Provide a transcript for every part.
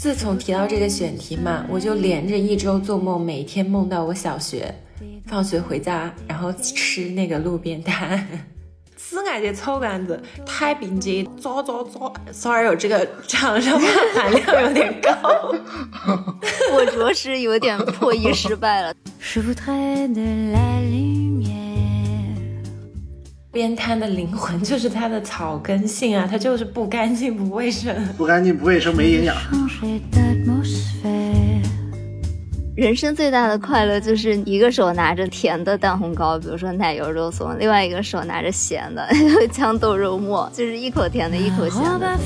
自从提到这个选题嘛，我就连着1周做梦，每天梦到我小学放学回家，然后吃那个路边摊。此外这臭干子太并街走 sorry 这个长沙话含量有点高。 我着实有点破译失败了。 边摊的灵魂就是它的草根性啊，它就是不干净不卫生， 不干净不卫生没营养。 人生最大的快乐就是一个手拿着甜的蛋烘糕，比如说奶油肉松，另外一个手拿着咸的豇豆肉末，就是一口甜的一口咸的。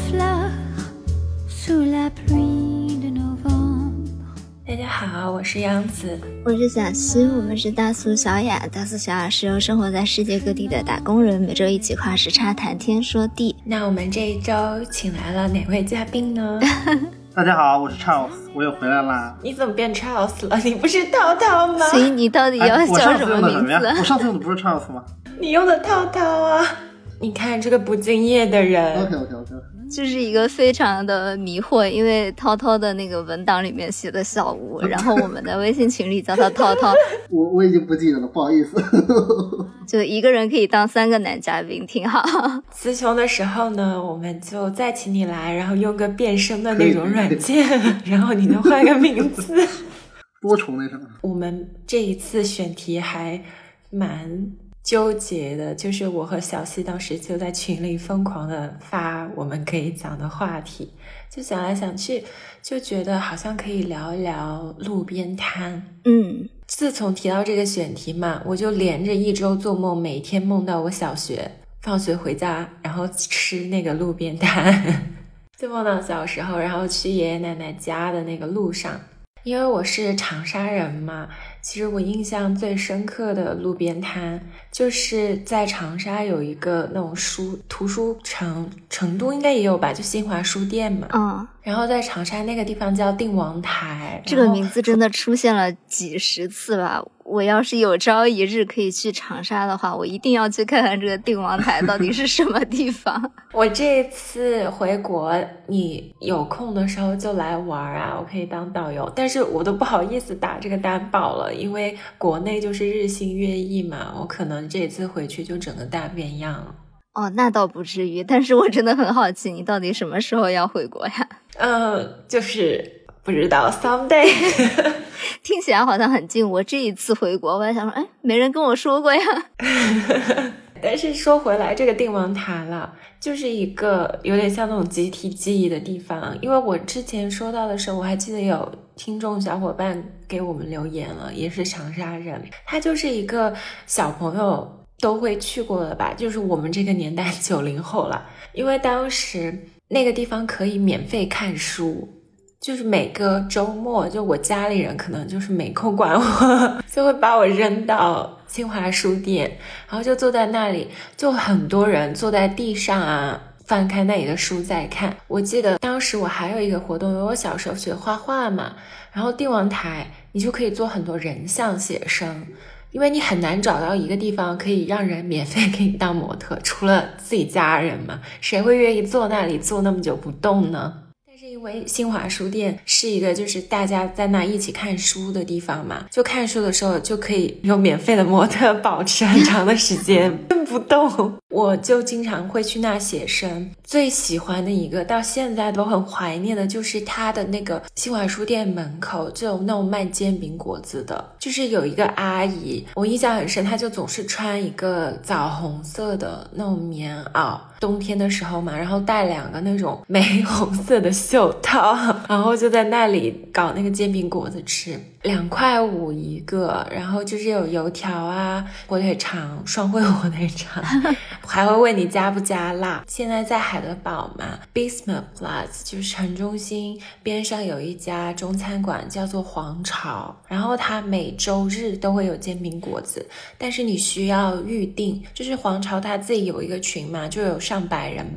大家好，我是杨子， 我是小西，我们是大苏小雅。大苏小雅是由生活在世界各地的打工人每周一起跨时差谈天说地。 那我们这一周请来了哪位嘉宾呢？ 大家好，我是 Charles， 我又回来啦。 你怎么变 Charles 了？你不是涛涛吗？ 所以你到底要叫什么名字？ 我上次用的不是 Charles 吗？ 你用的涛涛啊！你看这个不敬业的人。 OK， 就是一个非常的迷惑，因为涛涛的那个文档里面写的小吴，然后我们的微信群里叫他涛涛。 我已经不记得了，不好意思。 就一个人可以当3个男嘉宾，挺好。 雌雄的时候呢，我们就再请你来，然后用个变声的那种软件，然后你就换个名字。 多重那什么？ 我们这一次选题还蛮纠结的，就是我和小西当时就在群里疯狂的发我们可以讲的话题，就想来想去，就觉得好像可以聊一聊路边摊。自从提到这个选题嘛，我就连着1周做梦，每天梦到我小学放学回家，然后吃那个路边摊。就梦到小时候，然后去爷爷奶奶家的那个路上。因为我是长沙人嘛，其实我印象最深刻的路边摊就是在长沙有一个那种图书城，成都应该也有吧，就新华书店嘛。然后在长沙那个地方叫定王台， 这个名字真的出现了几十次吧。我要是有朝一日可以去长沙的话，我一定要去看看这个定王台到底是什么地方。 我这次回国，你有空的时候就来玩啊，我可以当导游，但是我都不好意思打这个担保了，因为国内就是日新月异嘛，我可能这次回去就整个大变样了。 那倒不至于，但是我真的很好奇，你到底什么时候要回国呀？ 就是不知道 someday。 听起来好像很近，我这一次回国我还想说没人跟我说过呀。 但是说回来，这个定王台了，就是一个有点像那种集体记忆的地方。因为我之前说到的时候，我还记得有听众小伙伴给我们留言了，也是长沙人，他就是一个小朋友都会去过的吧，就是我们这个年代90后了。因为当时那个地方可以免费看书，就是每个周末，就我家里人可能就是没空管我，就会把我扔到新华书店，然后就坐在那里，就很多人坐在地上啊，翻开那里的书在看。我记得当时我还有一个活动，因为我小时候学画画嘛，然后定王台你就可以做很多人像写生，因为你很难找到一个地方可以让人免费给你当模特，除了自己家人嘛，谁会愿意坐那里坐那么久不动呢？是因为新华书店是一个就是大家在那一起看书的地方嘛，就看书的时候就可以有免费的模特保持很长的时间不动。我就经常会去那写生，最喜欢的一个到现在都很怀念的就是他的那个新华书店门口就有那种卖煎饼果子的，就是有一个阿姨，我印象很深，她就总是穿一个枣红色的那种棉袄，冬天的时候嘛，然后戴2个那种玫红色的袖套，然后就在那里搞那个煎饼果子吃，2.5块一个，然后就是有油条啊，火腿肠，双汇火腿肠，还会问你加不加辣。现在在海德堡嘛 Bismarck Plus 就是城中心边上有一家中餐馆叫做皇朝，然后它每周日都会有煎饼果子，但是你需要预定，就是皇朝它自己有一个群嘛，就有上百人吧，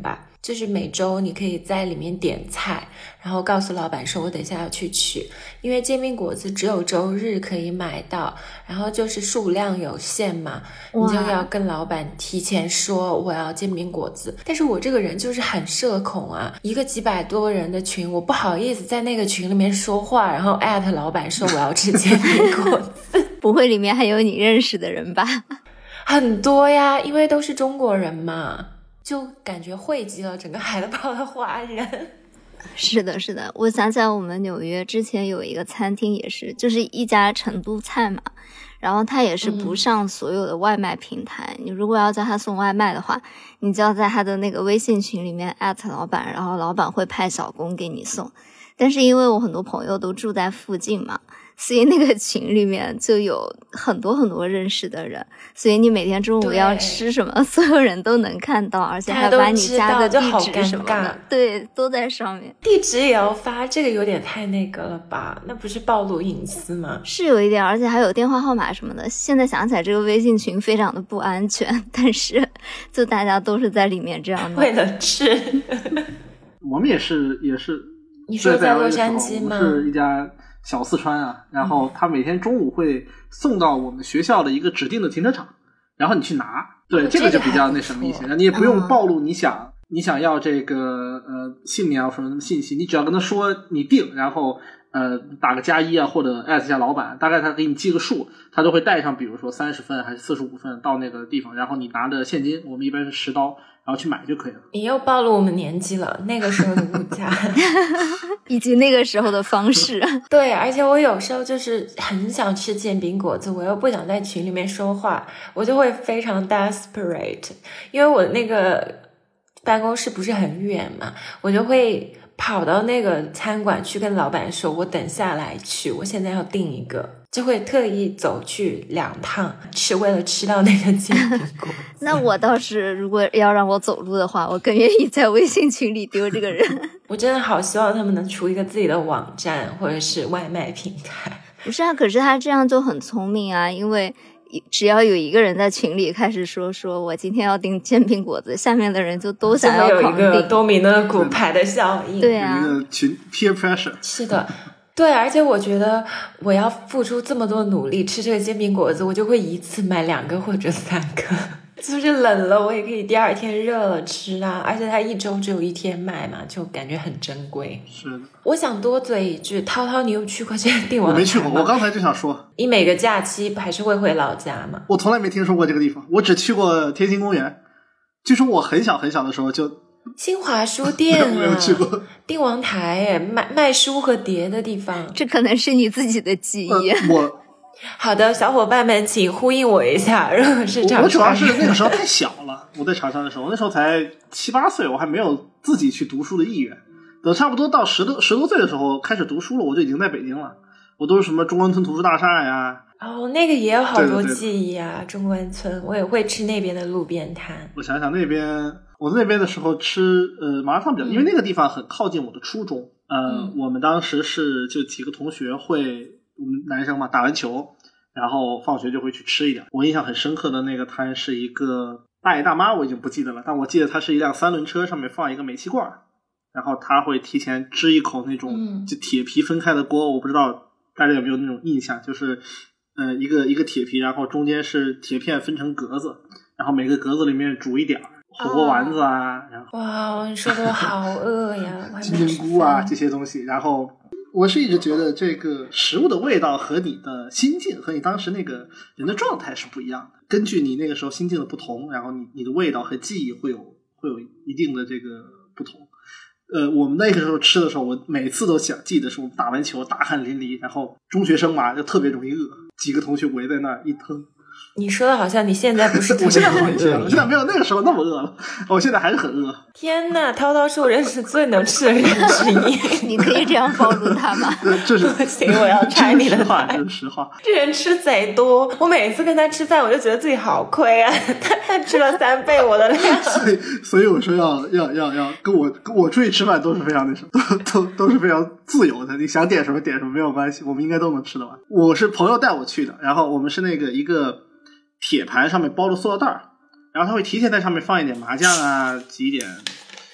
就是每周你可以在里面点菜，然后告诉老板说我等一下要去取，因为煎饼果子只有周日可以买到，然后就是数量有限嘛，你就要跟老板提前说我要煎饼果子。但是我这个人就是很社恐啊，一个几百多人的群，我不好意思在那个群里面说话，然后艾特老板说我要吃煎饼果子。 不会里面还有你认识的人吧？ 很多呀，因为都是中国人嘛，就感觉汇集了整个海德堡的华人。 是的，是的，我想起来我们纽约之前有一个餐厅也是，就是一家成都菜嘛，然后它也是不上所有的外卖平台，你如果要叫他送外卖的话，你就要在他的那个微信群里面艾特老板，然后老板会派小工给你送。但是因为我很多朋友都住在附近嘛，所以那个群里面就有很多很多认识的人，所以你每天中午要吃什么，所有人都能看到，而且还把你家的地址什么的，对，都在上面。 地址也要发，这个有点太那个了吧？那不是暴露隐私吗？ 是有一点，而且还有电话号码什么的。现在想起来，这个微信群非常的不安全，但是就大家都是在里面这样的， 为了吃。 我们也是。 你说在洛杉矶吗？ 是一家小四川啊，然后他每天中午会送到我们学校的一个指定的停车场，然后你去拿。对，这个就比较那什么一些，你也不用暴露你想要这个姓名啊什么信息，你只要跟他说你定，然后打个+1啊，或者艾特一下老板，大概他给你记个数，他都会带上，比如说30份还是45份到那个地方，然后你拿着现金，我们一般是10刀，然后去买就可以了。 你又暴露我们年纪了，那个时候的物价以及那个时候的方式。 对，而且我有时候就是很想吃煎饼果子，我又不想在群里面说话，我就会非常 desperate， 因为我那个办公室不是很远嘛，我就会跑到那个餐馆去跟老板说我等下来取，我现在要订一个，就会特意走去2趟吃，为了吃到那个煎饼果子。 那我倒是如果要让我走路的话，我更愿意在微信群里丢这个人。 我真的好希望他们能出一个自己的网站或者是外卖平台。 不是啊，可是他这样就很聪明啊，因为只要有一个人在群里开始说我今天要订煎饼果子，下面的人就都想要狂订， 有一个多米诺骨牌的效应。 对啊， 有一个群 peer pressure。 是的，对，而且我觉得我要付出这么多努力吃这个煎饼果子，我就会一次买2个或者3个，就是冷了我也可以第2天热了吃啊，而且它1周只有1天卖嘛，就感觉很珍贵。 是的。 我想多嘴一句，涛涛你有去过这个帝王台吗？ 我没去过，我刚才就想说， 你每个假期还是会回老家吗？ 我从来没听说过这个地方，我只去过天心公园，据说我很小很小的时候就新华书店啊， 没有去过帝王台卖书和碟的地方。 这可能是你自己的记忆。 好的，小伙伴们请呼应我一下，如果是长沙， 我主要是那个时候太小了，我在长沙的时候，那时候才7、8岁，我还没有自己去读书的意愿。等差不多到10多岁的时候开始读书了，我就已经在北京了。我都是什么中关村图书大厦呀， 哦，那个也有好多记忆啊。中关村我也会吃那边的路边摊。 我想想那边，我在那边的时候吃麻辣烫比较，因为那个地方很靠近我的初中。我们当时是就几个同学会，我们男生嘛打完球，然后放学就会去吃一点。我印象很深刻的那个摊是一个大爷大妈，我已经不记得了，但我记得它是一辆3轮车，上面放一个煤气罐，然后他会提前支一口那种就铁皮分开的锅，我不知道大家有没有那种印象，就是一个铁皮，然后中间是铁片分成格子，然后每个格子里面煮一点火锅丸子啊，然后哇，你说的我好饿呀， 金针菇啊这些东西。然后我是一直觉得这个食物的味道和你的心境和你当时那个人的状态是不一样的，根据你那个时候心境的不同，然后你的味道和记忆会有一定的这个不同。我们那个时候吃的时候，我每次都记得是我们打完球大汗淋漓，然后中学生嘛就特别容易饿，几个同学围在那儿一腾。 你说的好像你现在不是我现在很饿了，我现在没有那个时候那么饿了，我现在还是很饿。 天哪，涛涛是我认识最能吃的人之一。 你可以这样暴露他吗？ 这是不行，我要拆你的台。 真实话， 这人吃贼多，我每次跟他吃饭，我就觉得自己好亏啊。他吃了3倍我的量。 所以我说要跟我出去吃饭都是非常那什么，都是非常自由的，你想点什么点什么没有关系，我们应该都能吃得完。我是朋友带我去的，然后我们是那个一个铁盘上面包着塑料袋，然后他会提前在上面放一点麻酱啊，挤一点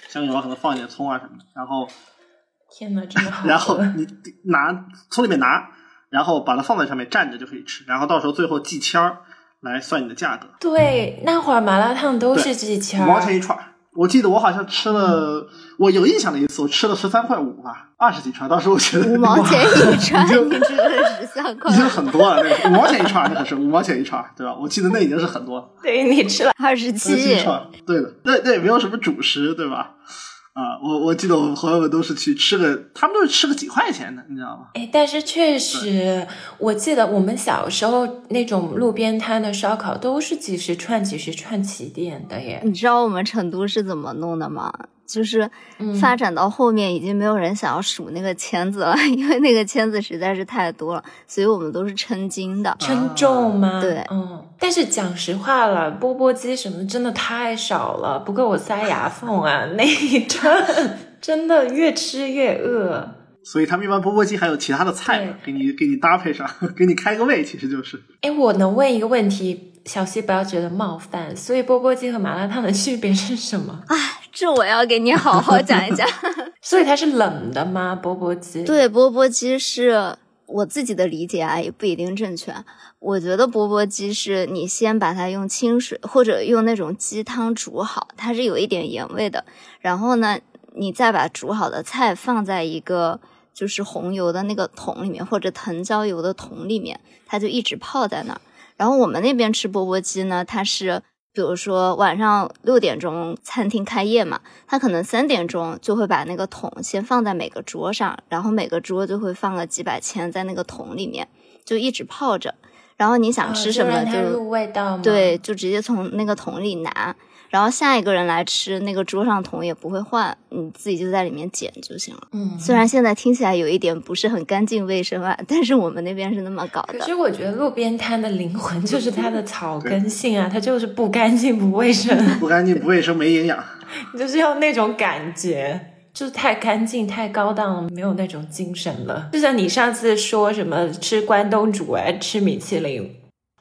香油可能放一点葱啊什么的，然后天哪，真的好喝。 然后你从里面拿，然后把它放在上面蘸着就可以吃，然后到时候最后计签来算你的价格。 对，那会儿麻辣烫都是计签 ，5毛钱一串。我记得我好像吃了，我有印象的一次，我吃了13.5块吧，20几串。当时我觉得 5毛钱一串，你吃了13块， 已经很多了。那个5毛钱一串，那可是5毛钱一串，对吧？我记得那已经是很多。 对，你吃了 27 串，对的，那也没有什么主食，对吧？啊，我记得我们朋友们都是去吃个，他们都是吃个几块钱的，你知道吗？ 哎，但是确实，我记得我们小时候那种路边摊的烧烤都是几十串起点的耶。 你知道我们成都是怎么弄的吗？就是发展到后面已经没有人想要数那个签子了，因为那个签子实在是太多了，所以我们都是称斤的。 称重吗？ 对， 但是讲实话了，钵钵鸡什么的真的太少了，不够我塞牙缝啊，那一顿真的越吃越饿。 所以他们一般钵钵鸡还有其他的菜给你搭配上，给你开个胃，其实就是。 哎，我能问一个问题，小西不要觉得冒犯，所以钵钵鸡和麻辣烫的区别是什么？ 这我要给你好好讲一讲。 所以它是冷的吗？钵钵鸡？ 对，钵钵鸡是我自己的理解啊，也不一定正确。我觉得钵钵鸡是你先把它用清水或者用那种鸡汤煮好，它是有一点盐味的，然后呢你再把煮好的菜放在一个就是红油的那个桶里面，或者藤椒油的桶里面，它就一直泡在那儿。然后我们那边吃钵钵鸡呢，它是比如说晚上6点钟餐厅开业嘛，他可能3点钟就会把那个桶先放在每个桌上，然后每个桌就会放个几百签在那个桶里面，就一直泡着。然后你想吃什么就入味道吗？ 对，就直接从那个桶里拿，然后下一个人来吃，那个桌上桶也不会换，你自己就在里面捡就行了。虽然现在听起来有一点不是很干净卫生啊，但是我们那边是那么搞的。 可是我觉得路边摊的灵魂就是它的草根性啊，它就是不干净不卫生， 不干净不卫生没营养， 就是要那种感觉。就是太干净太高档了，没有那种精神了。就像你上次说什么吃关东煮吃米其林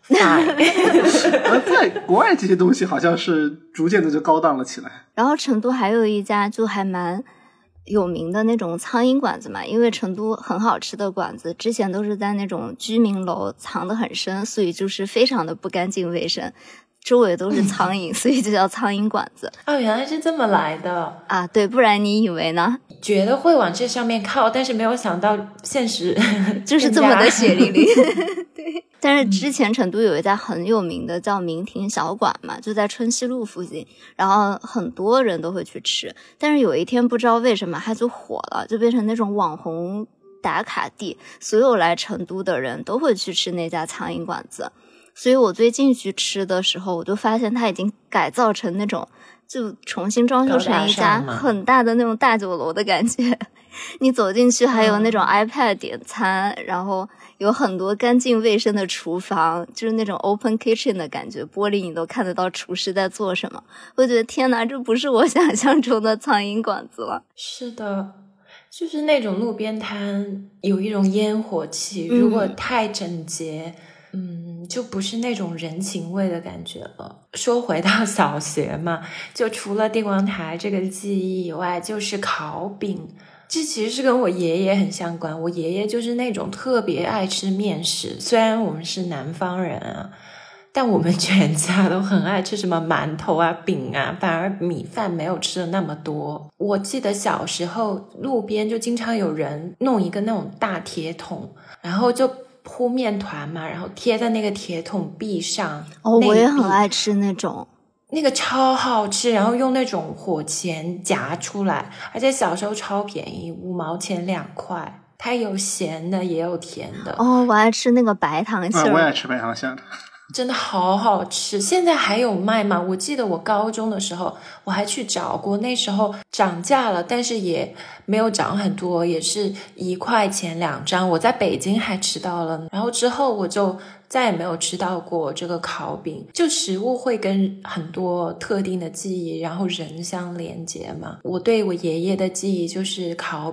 在国外这些东西好像是逐渐的就高档了起来。 然后成都还有一家就还蛮有名的那种苍蝇馆子嘛，因为成都很好吃的馆子之前都是在那种居民楼藏得很深，所以就是非常的不干净卫生，周围都是苍蝇，所以就叫苍蝇馆子。 原来是这么来的啊！对，不然你以为呢？ 觉得会往这上面靠，但是没有想到现实就是这么的血淋淋。对，但是之前成都有一家很有名的叫明亭小馆嘛，就在春熙路附近，然后很多人都会去吃。但是有一天不知道为什么它就火了，就变成那种网红打卡地，所有来成都的人都会去吃那家苍蝇馆子。所以我最近去吃的时候，我就发现它已经改造成那种就重新装修成一家很大的那种大酒楼的感觉。你走进去还有那种 iPad 点餐，然后有很多干净卫生的厨房，就是那种 open kitchen 的感觉，玻璃你都看得到厨师在做什么。我觉得天哪，这不是我想象中的苍蝇馆子了。 是的，就是那种路边摊有一种烟火气，如果太整洁就不是那种人情味的感觉了。说回到小学嘛，就除了帝王台这个记忆以外，就是烤饼。这其实是跟我爷爷很相关，我爷爷就是那种特别爱吃面食，虽然我们是南方人啊，但我们全家都很爱吃什么馒头啊饼啊，反而米饭没有吃的那么多。我记得小时候路边就经常有人弄一个那种大铁桶，然后就铺面团嘛，然后贴在那个铁桶壁上。 我也很爱吃那种， 那个超好吃，然后用那种火钳夹出来，而且小时候超便宜，5毛钱2块，它有咸的也有甜的。 我爱吃那个白糖馅儿。 我也爱吃白糖馅的， 真的好好吃。现在还有卖吗？我记得我高中的时候我还去找过，那时候涨价了，但是也没有涨很多，也是1块钱2张。我在北京还吃到了，然后之后我就再也没有吃到过这个烤饼。就食物会跟很多特定的记忆然后人相连接嘛。我对我爷爷的记忆就是烤饼，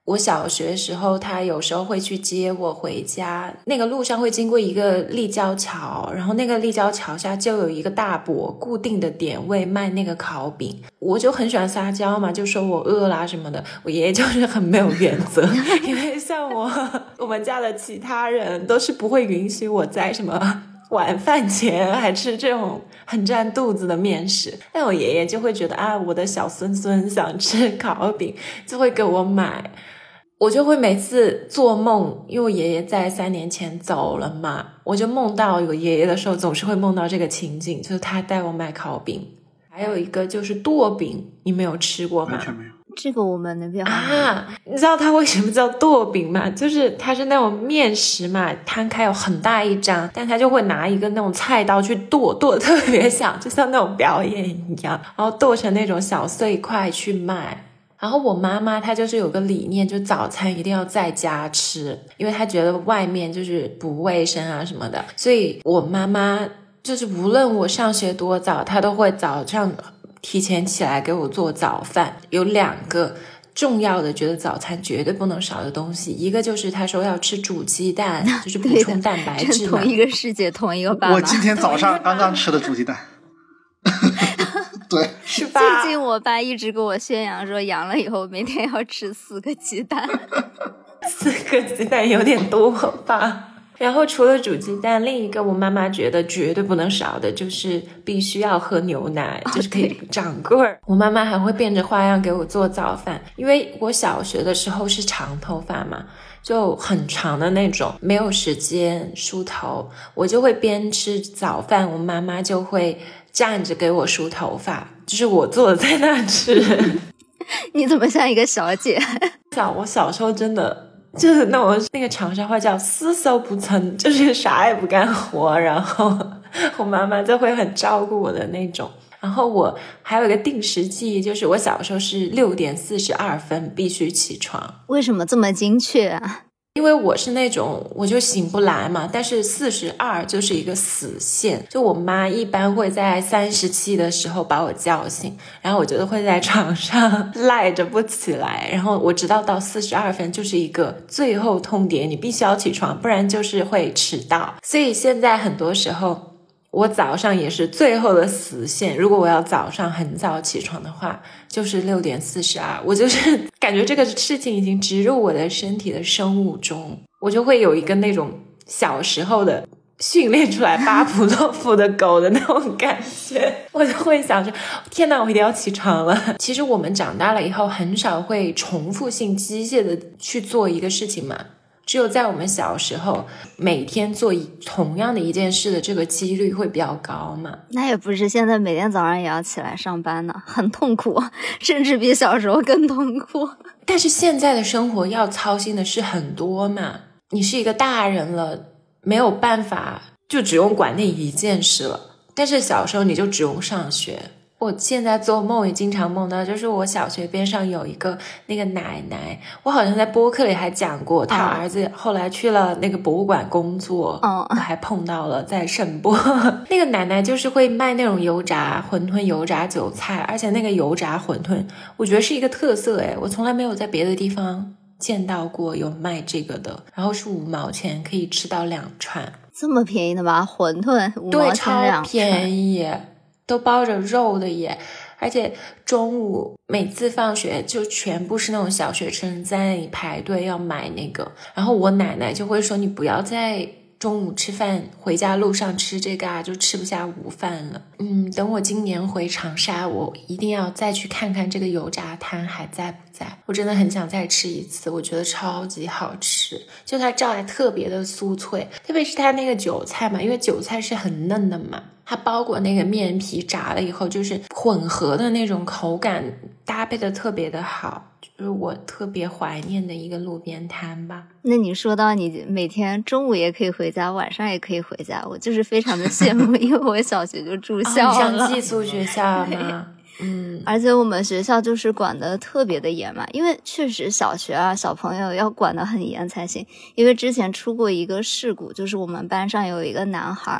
我小学的时候，他有时候会去接我回家，那个路上会经过一个立交桥，然后那个立交桥下就有一个大伯固定的点位卖那个烤饼，我就很喜欢撒娇嘛，就说我饿啦什么的。我爷爷就是很没有原则，因为像我们家的其他人都是不会允许我在什么晚饭前还吃这种很占肚子的面食，但我爷爷就会觉得啊，我的小孙孙想吃烤饼，就会给我买。我就会每次做梦，因为我爷爷在3年前走了嘛，我就梦到有爷爷的时候总是会梦到这个情景，就是他带我买烤饼。还有一个就是剁饼，你没有吃过吗？ 完全没有。 这个我们那边啊，你知道它为什么叫剁饼吗？就是它是那种面食嘛，摊开有很大一张，但他就会拿一个那种菜刀去剁得特别小，就像那种表演一样，然后剁成那种小碎块去卖。然后我妈妈她就是有个理念，就早餐一定要在家吃，因为她觉得外面就是不卫生啊什么的，所以我妈妈就是无论我上学多早，她都会早上提前起来给我做早饭。有2个重要的觉得早餐绝对不能少的东西，一个就是她说要吃煮鸡蛋，就是补充蛋白质嘛。 同一个世界，同一个爸爸。 我今天早上刚刚吃的煮鸡蛋。对， 是吧？ 最近我爸一直给我宣扬说，阳了以后每天要吃4个鸡蛋。 4个鸡蛋有点多吧。然后除了煮鸡蛋，另一个我妈妈觉得绝对不能少的就是必须要喝牛奶，就是可以长个儿。我妈妈还会变着花样给我做早饭，因为我小学的时候是长头发嘛，就很长的那种，没有时间梳头，我就会边吃早饭，我妈妈就会站着给我梳头发，就是我坐的在那吃。 你怎么像一个小姐？ 我小时候真的就是那个长沙话叫丝手不蹭，就是啥也不干活，然后我妈妈就会很照顾我的那种。然后我还有一个定时记忆，就是我小时候是6点42分必须起床。 为什么这么精确啊？ 因为我是那种我就醒不来嘛，但是42就是一个死线，就我妈一般会在37的时候把我叫醒，然后我就会在床上赖着不起来，然后我直到42分就是一个最后痛点，你必须要起床，不然就是会迟到。所以现在很多时候我早上也是最后的死线，如果我要早上很早起床的话，就是6点42，我就是感觉这个事情已经植入我的身体的生物钟，我就会有一个那种小时候的训练出来巴甫洛夫的狗的那种感觉，我就会想着天哪，我一定要起床了。其实我们长大了以后很少会重复性机械的去做一个事情嘛，只有在我们小时候每天做同样的一件事的这个几率会比较高嘛。 那也不是，现在每天早上也要起来上班呢，很痛苦，甚至比小时候更痛苦。 但是现在的生活要操心的事很多嘛，你是一个大人了，没有办法就只用管那一件事了，但是小时候你就只用上学。我现在做梦也经常梦到，就是我小学边上有一个那个奶奶，我好像在播客里还讲过，他儿子后来去了那个博物馆工作，我还碰到了在圣波。那个奶奶就是会卖那种油炸馄饨、油炸韭菜，而且那个油炸馄饨我觉得是一个特色诶，我从来没有在别的地方见到过有卖这个的，然后是5毛钱可以吃到2串， 这么便宜的吗？馄饨5毛钱2串， 超便宜，都包着肉的耶。而且中午每次放学就全部是那种小学生在那里排队要买那个，然后我奶奶就会说你不要在中午吃饭回家路上吃这个啊，就吃不下午饭了。等我今年回长沙，我一定要再去看看这个油炸摊还在不在，我真的很想再吃一次，我觉得超级好吃，就它炸得特别的酥脆，特别是它那个韭菜嘛，因为韭菜是很嫩的嘛，它包裹那个面皮炸了以后就是混合的那种口感，搭配的特别的好，就是我特别怀念的一个路边摊吧。 那你说到你每天中午也可以回家，晚上也可以回家，我就是非常的羡慕，因为我小学就住校了。 你上寄宿学校吗？ 而且我们学校就是管得特别的严嘛，因为确实小学啊小朋友要管得很严才行。因为之前出过一个事故，就是我们班上有一个男孩，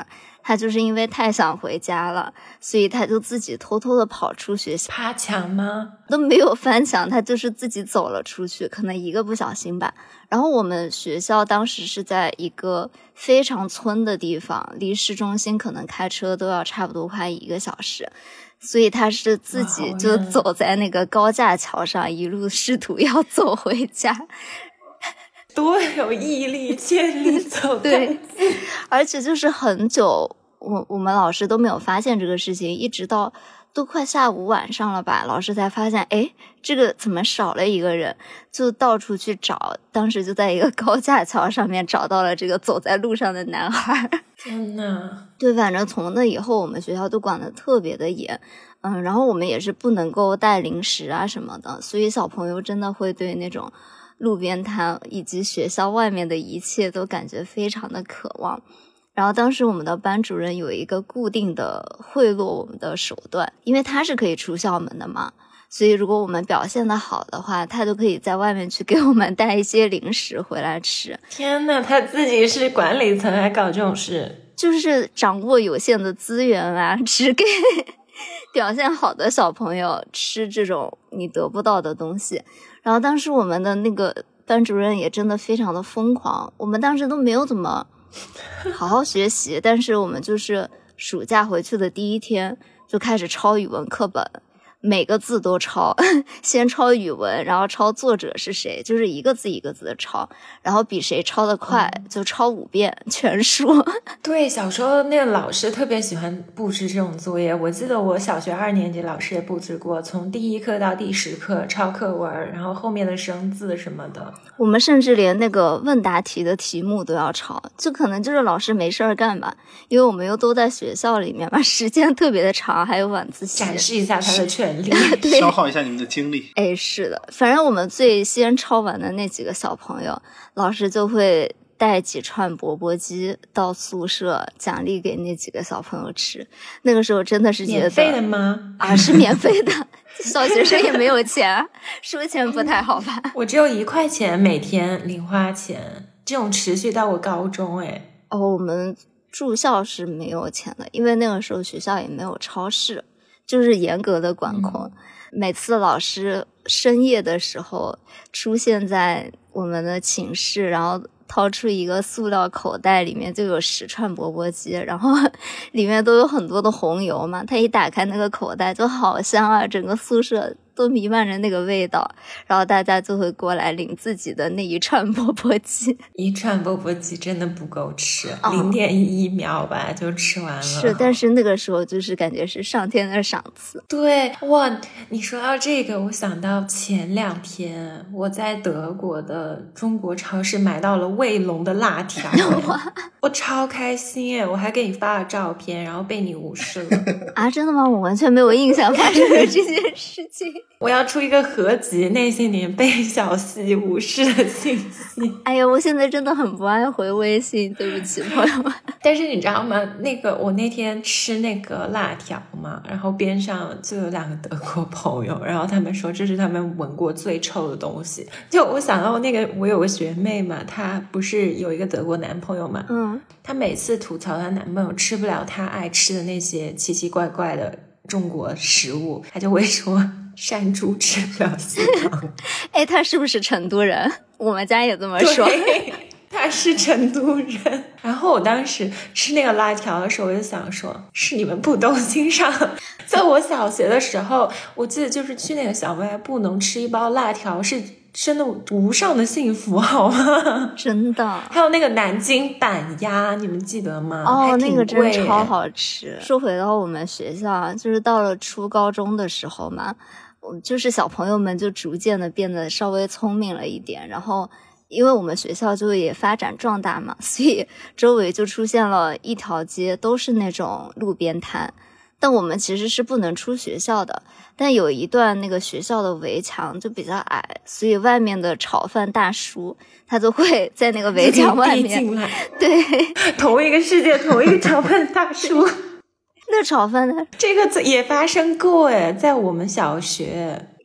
他就是因为太想回家了，所以他就自己偷偷的跑出学校。 爬墙吗？ 都没有翻墙，他就是自己走了出去，可能一个不小心吧。然后我们学校当时是在一个非常村的地方，离市中心可能开车都要差不多快1个小时，所以他是自己就走在那个高架桥上，一路试图要走回家。 多有毅力，千里走单。 对，而且就是很久，我们老师都没有发现这个事情，一直到都快下午晚上了吧，老师才发现，诶，这个怎么少了一个人，就到处去找，当时就在一个高架桥上面找到了这个走在路上的男孩。 天哪！ 对，反正从那以后我们学校都管得特别的严，然后我们也是不能够带零食啊什么的，所以小朋友真的会对那种路边摊以及学校外面的一切都感觉非常的渴望。然后当时我们的班主任有一个固定的贿赂我们的手段，因为他是可以出校门的嘛，所以如果我们表现得好的话，他就可以在外面去给我们带一些零食回来吃。 天哪，他自己是管理层还搞这种事， 就是掌握有限的资源啊，只给表现好的小朋友吃这种你得不到的东西。然后当时我们的那个班主任也真的非常的疯狂，我们当时都没有怎么好好学习，但是我们就是暑假回去的第一天就开始抄语文课本，每个字都抄，先抄语文，然后抄作者是谁，就是一个字一个字的抄，然后比谁抄得快就抄5遍全书。 对，小时候那个老师特别喜欢布置这种作业，我记得我小学2年级老师也布置过，从第1课到第10课抄课文，然后后面的生字什么的。 我们甚至连那个问答题的题目都要抄，就可能就是老师没事儿干吧，因为我们又都在学校里面嘛，时间特别的长，还有晚自习， 展示一下他的权利。 消耗一下你们的精力。 哎，是的，反正我们最先抄完的那几个小朋友，老师就会带几串钵钵鸡到宿舍奖励给那几个小朋友吃。那个时候真的是觉得免费的吗？ 啊，是免费的。小学生也没有钱，收钱不太好吧？ 我只有1块钱每天零花钱，这种持续到我高中。 我们住校是没有钱的，因为那个时候学校也没有超市，就是严格的管控。每次老师深夜的时候出现在我们的寝室，然后掏出一个塑料口袋，里面就有10串钵钵鸡，然后里面都有很多的红油嘛，他一打开那个口袋就好香啊，整个宿舍都弥漫着那个味道，然后大家就会过来领自己的那一串钵钵鸡。 一串钵钵鸡真的不够吃，0.11秒吧就吃完了。 是，但是那个时候就是感觉是上天的赏赐。 对，哇，你说到这个，我想到前2天我在德国的中国超市买到了卫龙的辣条，我超开心我还给你发了照片，然后被你无视了。 啊，真的吗？我完全没有印象发生了这件事情。 我要出一个合集，那些年被小西无视的信息。 哎呀，我现在真的很不爱回微信，对不起朋友们。 但是你知道吗？我那天吃那个辣条嘛，然后边上就有2个德国朋友，然后他们说这是他们闻过最臭的东西。就我想到我有个学妹嘛，她不是有一个德国男朋友嘛，她每次吐槽她男朋友吃不了她爱吃的那些奇奇怪怪的中国食物，她就会说山猪吃不了西糖。 哎，他是不是成都人？我们家也这么说。 他是成都人。然后我当时吃那个辣条的时候，我就想说，是你们不懂欣赏。在我小学的时候，我记得就是去那个小卖部能吃一包辣条是真的无上的幸福，好吗？ 真的。 还有那个南京板鸭，你们记得吗？ 那个真超好吃。说回到我们学校，就是到了初高中的时候嘛，就是小朋友们就逐渐的变得稍微聪明了一点，然后因为我们学校就也发展壮大嘛，所以周围就出现了一条街都是那种路边摊。但我们其实是不能出学校的，但有一段那个学校的围墙就比较矮，所以外面的炒饭大叔他就会在那个围墙外面进来。 对， 同一个世界，同一个炒饭大叔。 那炒饭呢？ 这个也发生过在我们小学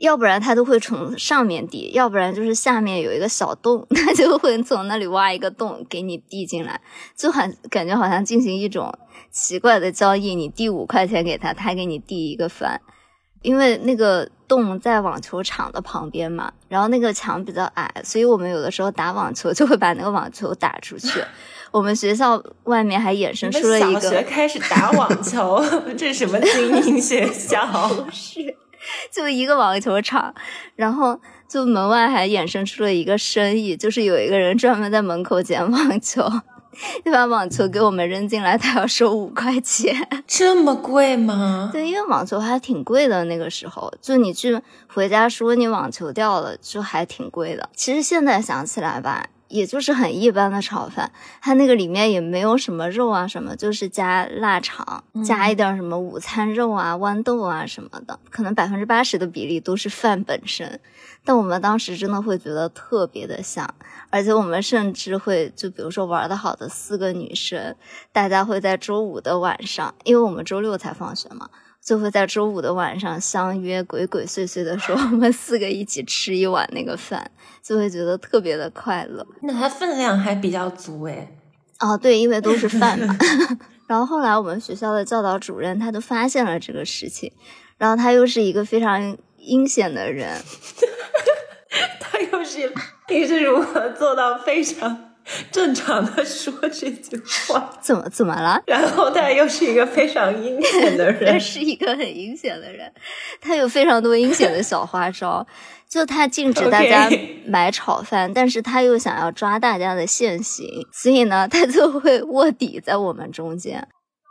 要不然它都会从上面递，要不然就是下面有一个小洞，它就会从那里挖一个洞给你递进来，就感觉好像进行一种奇怪的交易，你递5块钱给他，他给你递一个饭。因为那个洞在网球场的旁边嘛，然后那个墙比较矮，所以我们有的时候打网球就会把那个网球打出去。我们学校外面还衍生出了一个， 小学开始打网球，这是什么精英学校？ 不是，就一个网球场，然后就门外还衍生出了一个生意，就是有一个人专门在门口捡网球，就把网球给我们扔进来，他要收5块钱。 这么贵吗？ 对，因为网球还挺贵的，那个时候就你去回家说你网球掉了，就还挺贵的。其实现在想起来吧，也就是很一般的炒饭，它那个里面也没有什么肉啊什么，就是加腊肠，加一点什么午餐肉啊、豌豆啊什么的，可能80%的比例都是饭本身。但我们当时真的会觉得特别的香，而且我们甚至会就比如说玩得好的4个女生，大家会在周5的晚上，因为我们周6才放学嘛，就会在周5的晚上相约鬼鬼祟祟的说我们4个一起吃一碗那个饭，就会觉得特别的快乐。 那它分量还比较足诶。 哦，对，因为都是饭嘛。然后后来我们学校的教导主任他就发现了这个事情，然后他又是一个非常阴险的人。 他又是，你是如何做到非常正常的说这句话？ 怎么了？ 然后他又是一个非常阴险的人。 他是一个很阴险的人，他有非常多阴险的小花招。就他禁止大家买炒饭，但是他又想要抓大家的现行，所以呢，他就会卧底在我们中间。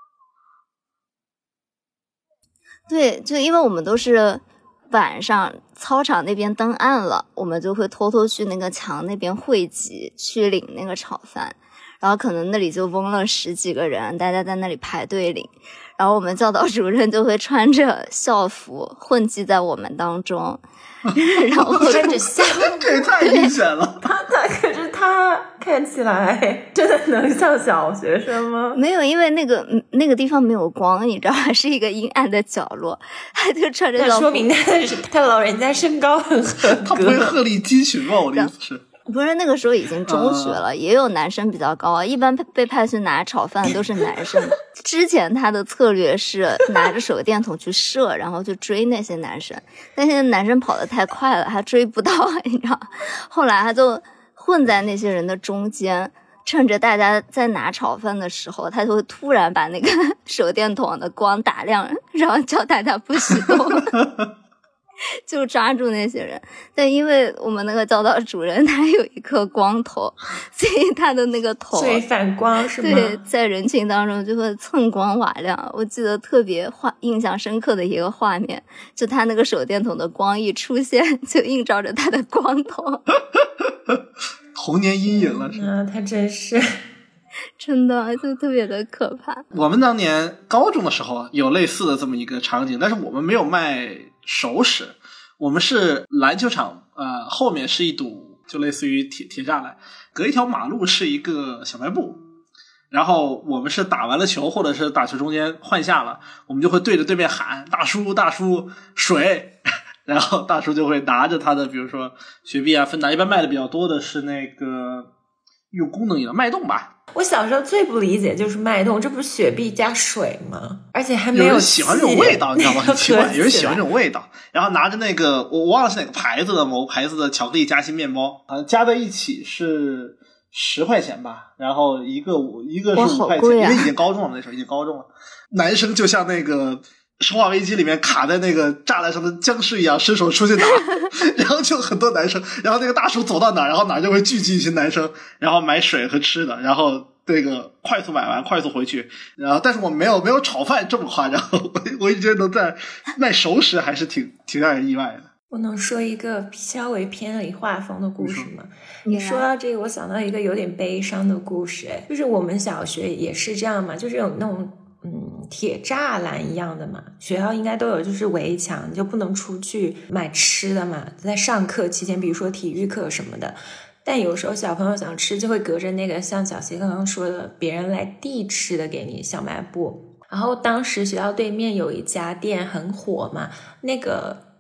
对，就因为我们都是晚上操场那边灯暗了，我们就会偷偷去那个墙那边汇集去领那个炒饭，然后可能那里就嗡了10几个人，大家在那里排队领，然后我们教导主任就会穿着校服混迹在我们当中，然后穿着校服， 这也太阴险了。 可是他看起来真的能像小学生吗？ 没有，因为那个地方没有光，你知道吗？是一个阴暗的角落，他就穿着校服。 那说明他老人家身高很合格。 他不会鹤立鸡群吗？我的意思是。 不是，那个时候已经中学了，也有男生比较高啊。一般被派去拿炒饭的都是男生。之前他的策略是拿着手电筒去射，然后去追那些男生，但现在男生跑得太快了，他追不到，你知道。后来他就混在那些人的中间，趁着大家在拿炒饭的时候，他就会突然把那个手电筒的光打亮，然后叫大家不许动。就抓住那些人，但因为我们那个教导主任他有一颗光头，所以他的那个头所以反光是吗？ 对，在人群当中就会锃光瓦亮。我记得特别印象深刻的一个画面，就他那个手电筒的光一出现，就映照着他的光头。 童年阴影了是啊，他真是真的就特别的可怕。 我们当年高中的时候有类似的这么一个场景，但是我们没有卖熟食，我们是篮球场后面是一堵就类似于铁栅栏，隔一条马路是一个小卖部，然后我们是打完了球或者是打球中间换下了，我们就会对着对面喊大叔大叔水，然后大叔就会拿着他的比如说雪碧啊芬达，一般卖的比较多的是那个用功能饮料脉动吧。 我小时候最不理解就是脉动，这不是雪碧加水吗？而且还没有人喜欢这种味道，你知道吗？很奇怪，有人喜欢这种味道，然后拿着那个我忘了是哪个牌子的，某牌子的巧克力夹心面包，加在一起是10块钱吧，然后一个是5块钱，因为已经高中了，那时候已经高中了。男生就像那个生化危机里面卡在那个栅栏上的僵尸一样，伸手出去拿，然后就很多男生，然后那个大叔走到哪，然后哪就会聚集一群男生，然后买水和吃的，然后那个快速买完快速回去，然后但是我没有炒饭这么夸张，我觉得能在卖熟食还是挺让人意外的。 我能说一个稍微偏离画风的故事吗？你说到这个，我想到一个有点悲伤的故事，就是我们小学也是这样嘛，就是有那种铁栅栏一样的嘛，学校应该都有，就是围墙，你就不能出去买吃的嘛，在上课期间，比如说体育课什么的。但有时候小朋友想吃，就会隔着那个像小溪刚刚说的别人来递吃的给你小卖部。然后当时学校对面有一家店很火嘛，那个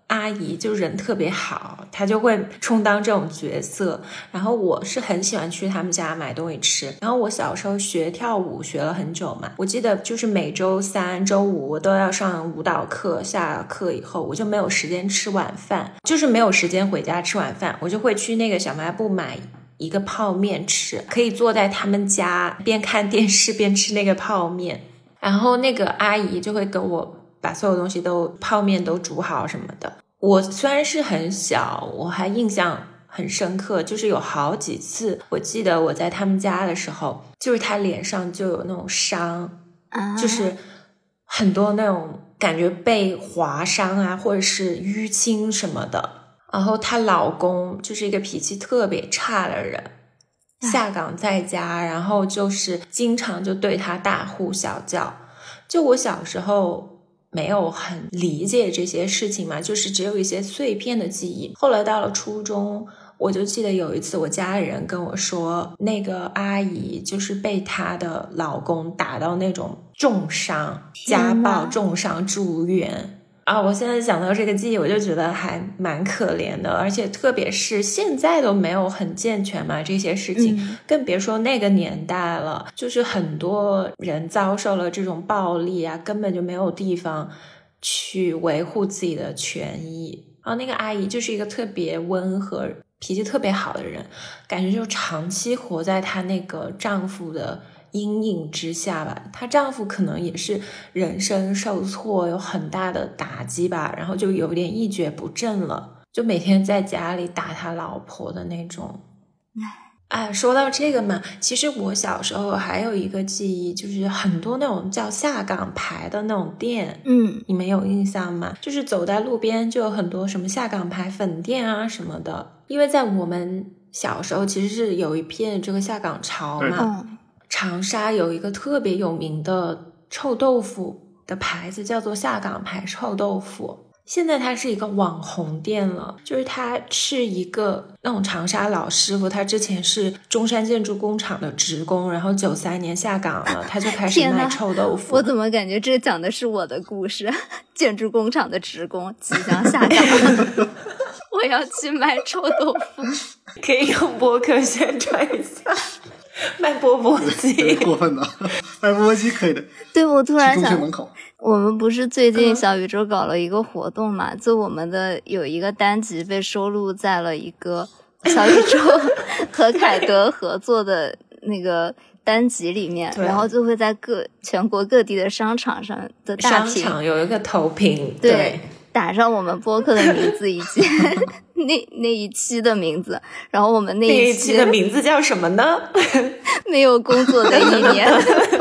阿姨就人特别好，她就会充当这种角色。然后我是很喜欢去他们家买东西吃。然后我小时候学跳舞学了很久嘛，我记得就是每周3、周5我都要上舞蹈课，下课以后我就没有时间吃晚饭，就是没有时间回家吃晚饭，我就会去那个小卖部买一个泡面吃，可以坐在他们家边看电视边吃那个泡面。然后那个阿姨就会跟我把所有东西都泡面都煮好什么的。我虽然是很小，我还印象很深刻，就是有好几次我记得我在他们家的时候，就是他脸上就有那种伤，就是很多那种感觉被划伤啊，或者是淤青什么的。然后她老公就是一个脾气特别差的人，下岗在家，然后就是经常就对她大呼小叫。就我小时候没有很理解这些事情嘛，就是只有一些碎片的记忆。后来到了初中，我就记得有一次我家里人跟我说，那个阿姨就是被她的老公打到那种重伤，家暴重伤住院。我现在想到这个记忆，我就觉得还蛮可怜的，而且特别是现在都没有很健全嘛，这些事情，更别说那个年代了。就是很多人遭受了这种暴力啊，根本就没有地方去维护自己的权益。然后那个阿姨就是一个特别温和、脾气特别好的人，感觉就长期活在她那个丈夫的阴影之下吧。她丈夫可能也是人生受挫，有很大的打击吧，然后就有点一蹶不振了，就每天在家里打他老婆的那种。说到这个嘛，其实我小时候还有一个记忆，就是很多那种叫下岗牌的那种店，你们有印象吗？就是走在路边就有很多什么下岗牌粉店啊什么的。因为在我们小时候其实是有一片这个下岗潮嘛，长沙有一个特别有名的臭豆腐的牌子叫做下岗牌臭豆腐，现在它是一个网红店了。就是它是一个那种长沙老师傅，他之前是中山建筑工厂的职工，然后93年下岗了，他就开始卖臭豆腐。 我怎么感觉这讲的是我的故事？建筑工厂的职工即将下岗我要去卖臭豆腐。 可以用播客宣传一下卖钵钵鸡。 过分的，卖钵钵鸡可以的。 对，我突然想， 门口我们不是最近小宇宙搞了一个活动嘛，就我们的有一个单集被收录在了一个小宇宙和凯德合作的那个单集里面，然后就会在全国各地的商场上的大屏， 商场有一个投屏， 对，打上我们播客的名字以及那一期的名字，然后我们那一期的名字叫什么呢？ 没有工作的一年。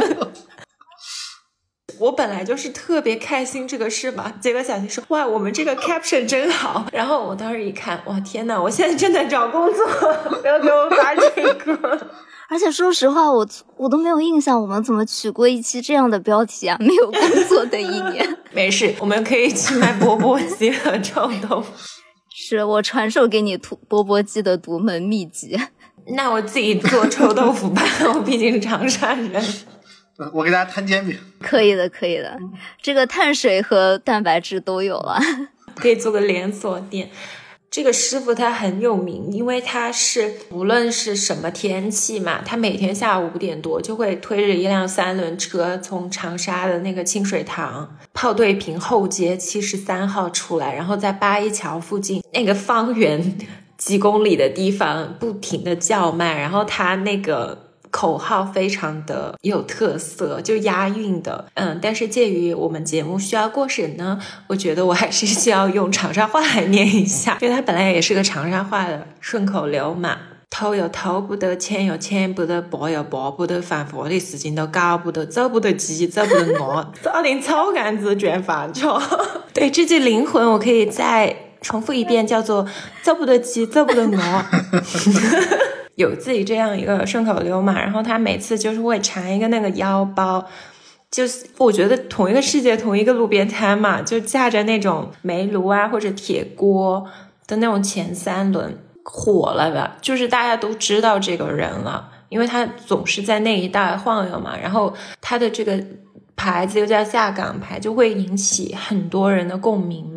我本来就是特别开心这个事嘛，结果小新说哇我们这个 caption 真好，然后我当时一看，哇天哪，我现在正在找工作，不要给我发这个。 而且说实话，我都没有印象我们怎么取过一期这样的标题啊，没有工作的一年。 没事，我们可以去卖钵钵鸡和臭豆腐。 是我传授给你钵钵鸡的独门秘籍。 那我自己做臭豆腐吧，我毕竟是长沙人。 我给大家摊煎饼。 可以的，可以的，这个碳水和蛋白质都有了， 可以做个连锁店。这个师傅他很有名，因为他是无论是什么天气嘛，他每天下午5点多就会推着一辆3轮车从长沙的那个清水塘炮队坪后街73号出来，然后在八一桥附近那个方圆几公里的地方不停的叫卖，然后他那个口号非常的有特色，就押韵的。但是介于我们节目需要过审呢，我觉得我还是需要用长沙话来念一下，因为它本来也是个长沙话的顺口溜嘛。偷有偷不得，欠有欠不得，搏有搏不得，反复的事情都搞不得，走不得急，走不得挪，早点草杆子卷发错。对，这句灵魂我可以再重复一遍，叫做走不得急，走不得挪。有自己这样一个顺口溜嘛，然后他每次就是会缠一个那个腰包，就是我觉得同一个世界同一个路边摊嘛，就架着那种煤炉啊或者铁锅的那种前3轮火了吧，就是大家都知道这个人了，因为他总是在那一带晃悠嘛，然后他的这个牌子又叫下岗牌，就会引起很多人的共鸣嘛。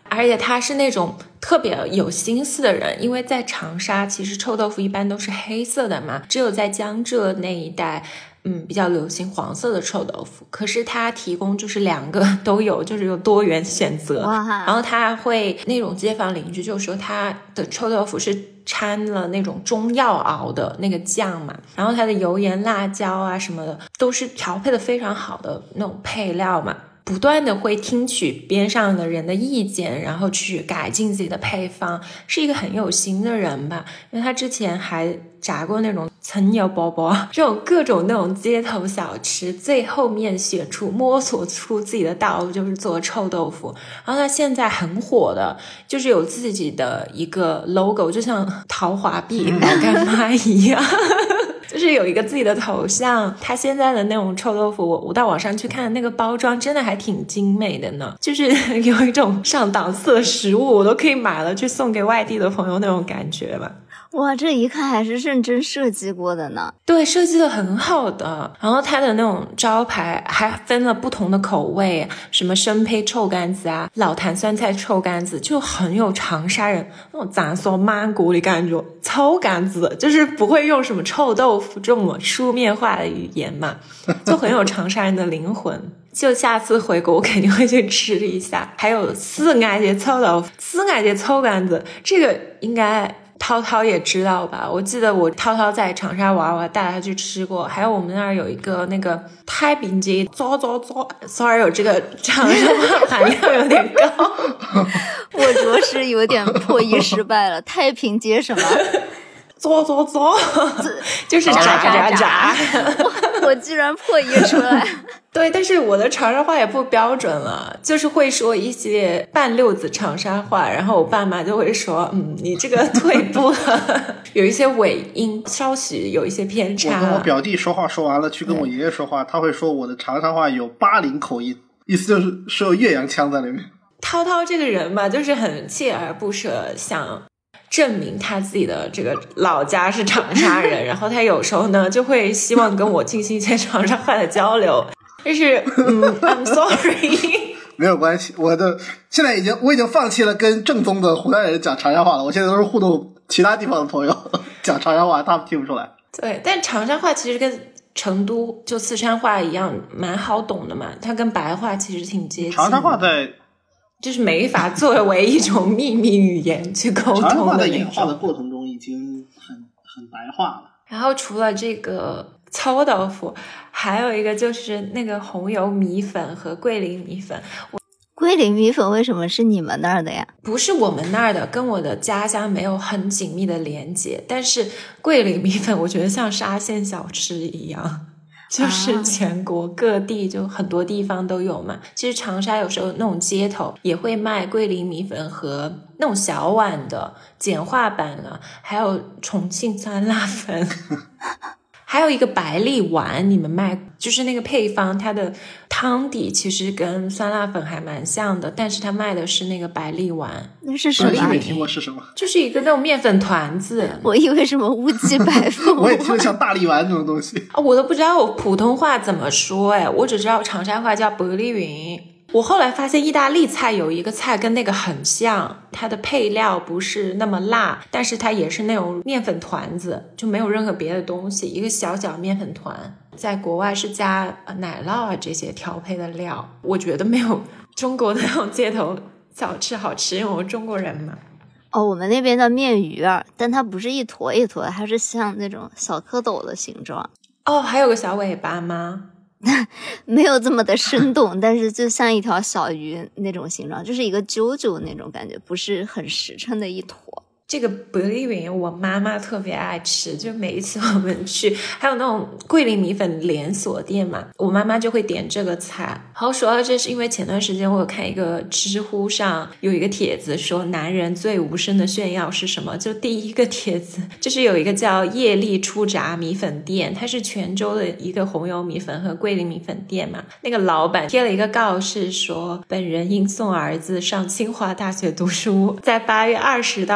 而且他是那种特别有心思的人，因为在长沙其实臭豆腐一般都是黑色的嘛，只有在江浙那一带比较流行黄色的臭豆腐，可是他提供就是两个都有，就是有多元选择。然后他会那种街坊邻居就说他的臭豆腐是掺了那种中药熬的那个酱嘛，然后它的油盐辣椒啊什么的都是调配的非常好的那种配料嘛，不断的会听取边上的人的意见，然后去改进自己的配方，是一个很有心的人吧。因为他之前还炸过那种葱油包包，这种各种那种街头小吃，最后面摸索出自己的道路，就是做臭豆腐。然后他现在很火的，就是有自己的一个 logo， 就像陶华碧老干妈一样就是有一个自己的头像。他现在的那种臭豆腐，我到网上去看那个包装真的还挺精美的呢，就是有一种上档次的食物我都可以买了去送给外地的朋友那种感觉吧。 哇，这一看还是认真设计过的呢。 对，设计的很好的。然后它的那种招牌还分了不同的口味，什么生胚臭干子啊，老坛酸菜臭干子，就很有长沙人那种杂烧曼谷的感觉。臭干子就是不会用什么臭豆腐这种书面化的语言嘛，就很有长沙人的灵魂。就下次回国我肯定会去吃一下。还有四爱节臭豆腐，四爱节臭干子，这个应该涛涛也知道吧，我记得我涛涛在长沙玩，我还带他去吃过。还有我们那儿有一个那个太平街，sorry 有这个长沙话含量有点高我着实有点破译失败了。太平街什么就是炸我居然破译出来对，但是我的长沙话也不标准了，就是会说一些半溜子长沙话，然后我爸妈就会说你这个退步了有一些尾音稍许有一些偏差。 我跟我表弟说话说完了去跟我爷爷说话，他会说我的长沙话有80口音，意思就是是有岳阳腔在里面。 涛涛这个人吧，就是很锲而不舍想证明他自己的这个老家是长沙人然后他有时候呢就会希望跟我进行一些长沙话的交流，但是I'm sorry 没有关系，现在我已经放弃了跟正宗的湖南人讲长沙话了，我现在都是互动其他地方的朋友讲长沙话，他们听不出来。 对，但长沙话其实跟成都就四川话一样蛮好懂的嘛，它跟白话其实挺接近的。 长沙话在就是没法作为一种秘密语言去沟通的那种。 长沙话在演化的过程中已经很白话了。 然后除了这个臭豆腐，还有一个就是那个红油米粉和桂林米粉。 桂林米粉为什么是你们那儿的呀？ 不是我们那儿的，跟我的家乡没有很紧密的连接，但是桂林米粉我觉得像沙县小吃一样，就是全国各地就很多地方都有嘛。其实长沙有时候那种街头也会卖桂林米粉和那种小碗的简化版啊，还有重庆酸辣粉还有一个百里丸，你们卖就是那个配方，它的汤底其实跟酸辣粉还蛮像的，但是它卖的是那个百里丸。 那是什么？ 我没听过是什么？ 就是一个那种面粉团子。 我以为什么乌鸡白凤我也听得像大力丸这种东西我都不知道我普通话怎么说我只知道长沙话叫百里云。我后来发现意大利菜有一个菜跟那个很像，它的配料不是那么辣，但是它也是那种面粉团子，就没有任何别的东西，一个小小面粉团，在国外是加奶酪啊这些调配的料。我觉得没有中国的那种街头小吃好吃，因为我中国人嘛。 我们那边的面鱼儿，但它不是一坨一坨，它是像那种小蝌蚪的形状。 还有个小尾巴吗？ 没有这么的生动，但是就像一条小鱼那种形状，就是一个揪揪那种感觉，不是很实诚的一坨。 这个百里云我妈妈特别爱吃，就每一次我们去，还有那种桂林米粉连锁店嘛，我妈妈就会点这个菜。好，说到这是因为前段时间我有看一个知乎上有一个帖子说男人最无声的炫耀是什么，就第一个帖子就是有一个叫叶丽初炸米粉店，它是泉州的一个红油米粉和桂林米粉店嘛，那个老板贴了一个告示说本人因送儿子上清华大学读书，在8月20到24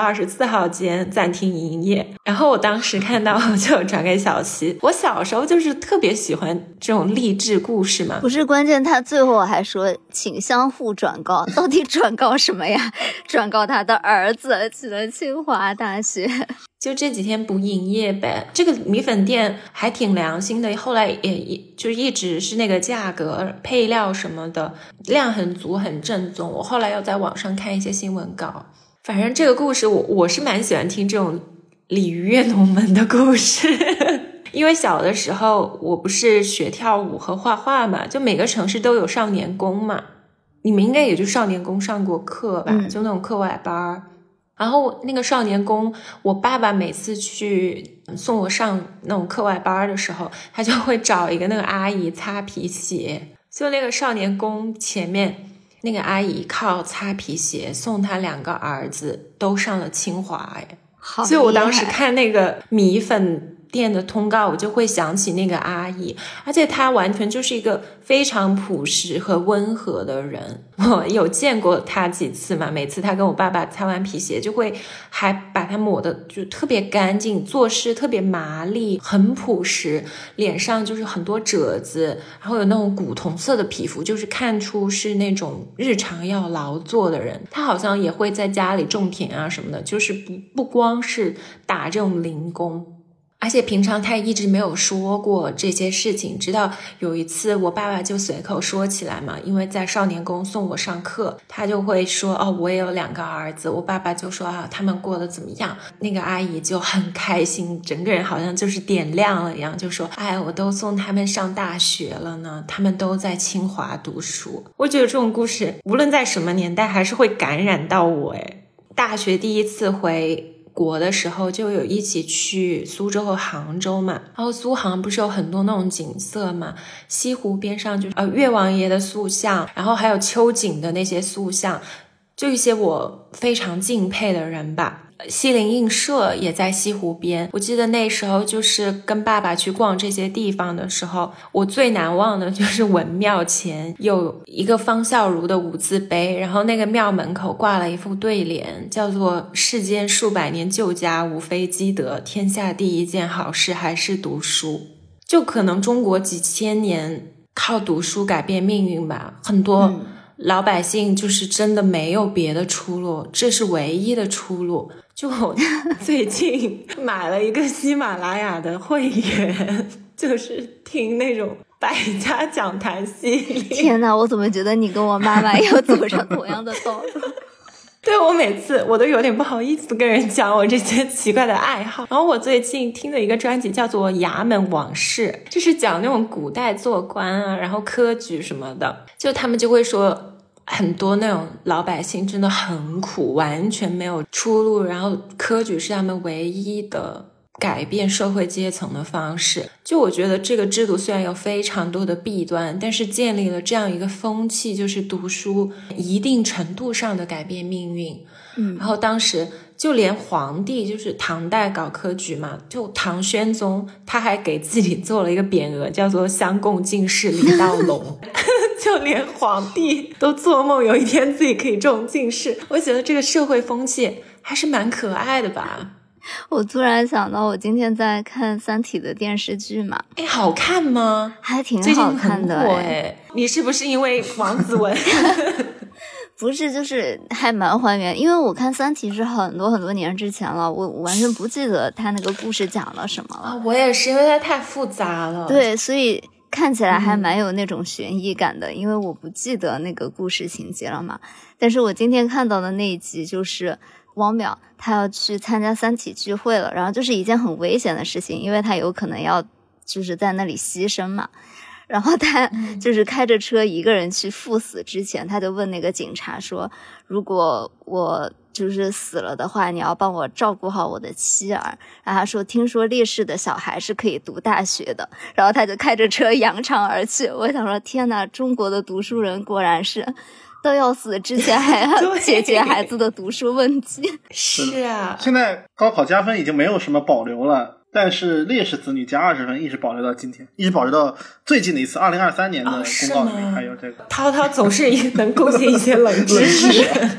4号间暂停营业。然后我当时看到就转给小七，我小时候就是特别喜欢这种励志故事嘛。 不是，关键他最后还说请相互转告，到底转告什么呀？转告他的儿子去了清华大学。 就这几天不营业呗，这个米粉店还挺良心的，后来也就一直是那个价格配料什么的量很足很正宗。我后来又在网上看一些新闻稿，反正这个故事我是蛮喜欢听这种鲤鱼跃龙门的故事因为小的时候我不是学跳舞和画画嘛，就每个城市都有少年宫嘛，你们应该也就少年宫上过课吧，就那种课外班。然后那个少年宫，我爸爸每次去送我上那种课外班的时候，他就会找一个那个阿姨擦皮鞋，就那个少年宫前面那个阿姨靠擦皮鞋送他2个儿子都上了清华。所以我当时看那个米粉店的通告，我就会想起那个阿姨，而且她完全就是一个非常朴实和温和的人。我有见过她几次嘛，每次她跟我爸爸擦完皮鞋就会还把它抹的就特别干净，做事特别麻利，很朴实，脸上就是很多褶子，然后有那种古铜色的皮肤，就是看出是那种日常要劳作的人。她好像也会在家里种田啊什么的，就是不光是打这种零工。而且平常他也一直没有说过这些事情，直到有一次我爸爸就随口说起来嘛，因为在少年宫送我上课，他就会说我也有2个儿子，我爸爸就说他们过得怎么样，那个阿姨就很开心，整个人好像就是点亮了一样，就说我都送他们上大学了呢，他们都在清华读书。我觉得这种故事无论在什么年代还是会感染到我。大学第一次回国的时候就有一起去苏州和杭州嘛，然后苏杭不是有很多那种景色嘛，西湖边上就是岳王爷的塑像，然后还有秋瑾的那些塑像，就一些我非常敬佩的人吧。西泠印社也在西湖边，我记得那时候就是跟爸爸去逛这些地方的时候，我最难忘的就是文庙前有一个方孝孺的5字碑，然后那个庙门口挂了一副对联，叫做世间数百年旧家无非积德，天下第一件好事还是读书。就可能中国几千年靠读书改变命运吧，很多老百姓就是真的没有别的出路，这是唯一的出路。就我最近买了一个喜马拉雅的会员，就是听那种百家讲坛系列。 天哪，我怎么觉得你跟我妈妈要走上同样的道路对，我每次我都有点不好意思跟人讲我这些奇怪的爱好。然后我最近听的一个专辑叫做《衙门往事》，就是讲那种古代做官啊，然后科举什么的，就他们就会说很多那种老百姓真的很苦，完全没有出路，然后科举是他们唯一的改变社会阶层的方式。就我觉得这个制度虽然有非常多的弊端，但是建立了这样一个风气，就是读书一定程度上的改变命运。然后当时就连皇帝，就是唐代搞科举嘛，就唐宣宗他还给自己做了一个匾额，叫做襄贡进士李道龙就连皇帝都做梦有一天自己可以中进士。我觉得这个社会风气还是蛮可爱的吧。 我突然想到我今天在看三体的电视剧嘛。 好看吗？ 还挺好看的。 最近很火你是不是因为王子文不是，就是还蛮还原，因为我看三体是很多很多年之前了，我完全不记得他那个故事讲了什么了。 我也是，因为它太复杂了。 对，所以看起来还蛮有那种悬疑感的，因为我不记得那个故事情节了嘛。但是我今天看到的那一集就是汪淼他要去参加三体聚会了，然后就是一件很危险的事情，因为他有可能要就是在那里牺牲嘛。然后他就是开着车一个人去赴死之前，他就问那个警察说，如果我就是死了的话，你要帮我照顾好我的妻儿。然后他说听说烈士的小孩是可以读大学的，然后他就开着车扬长而去。我想说天哪，中国的读书人果然是都要死之前还要解决孩子的读书问题是啊， 现在高考加分已经没有什么保留了，但是烈士子女加20分一直保留到今天，一直保留到最近的一次2023年的公告里面还有这个。 涛涛总是能贡献一些冷知识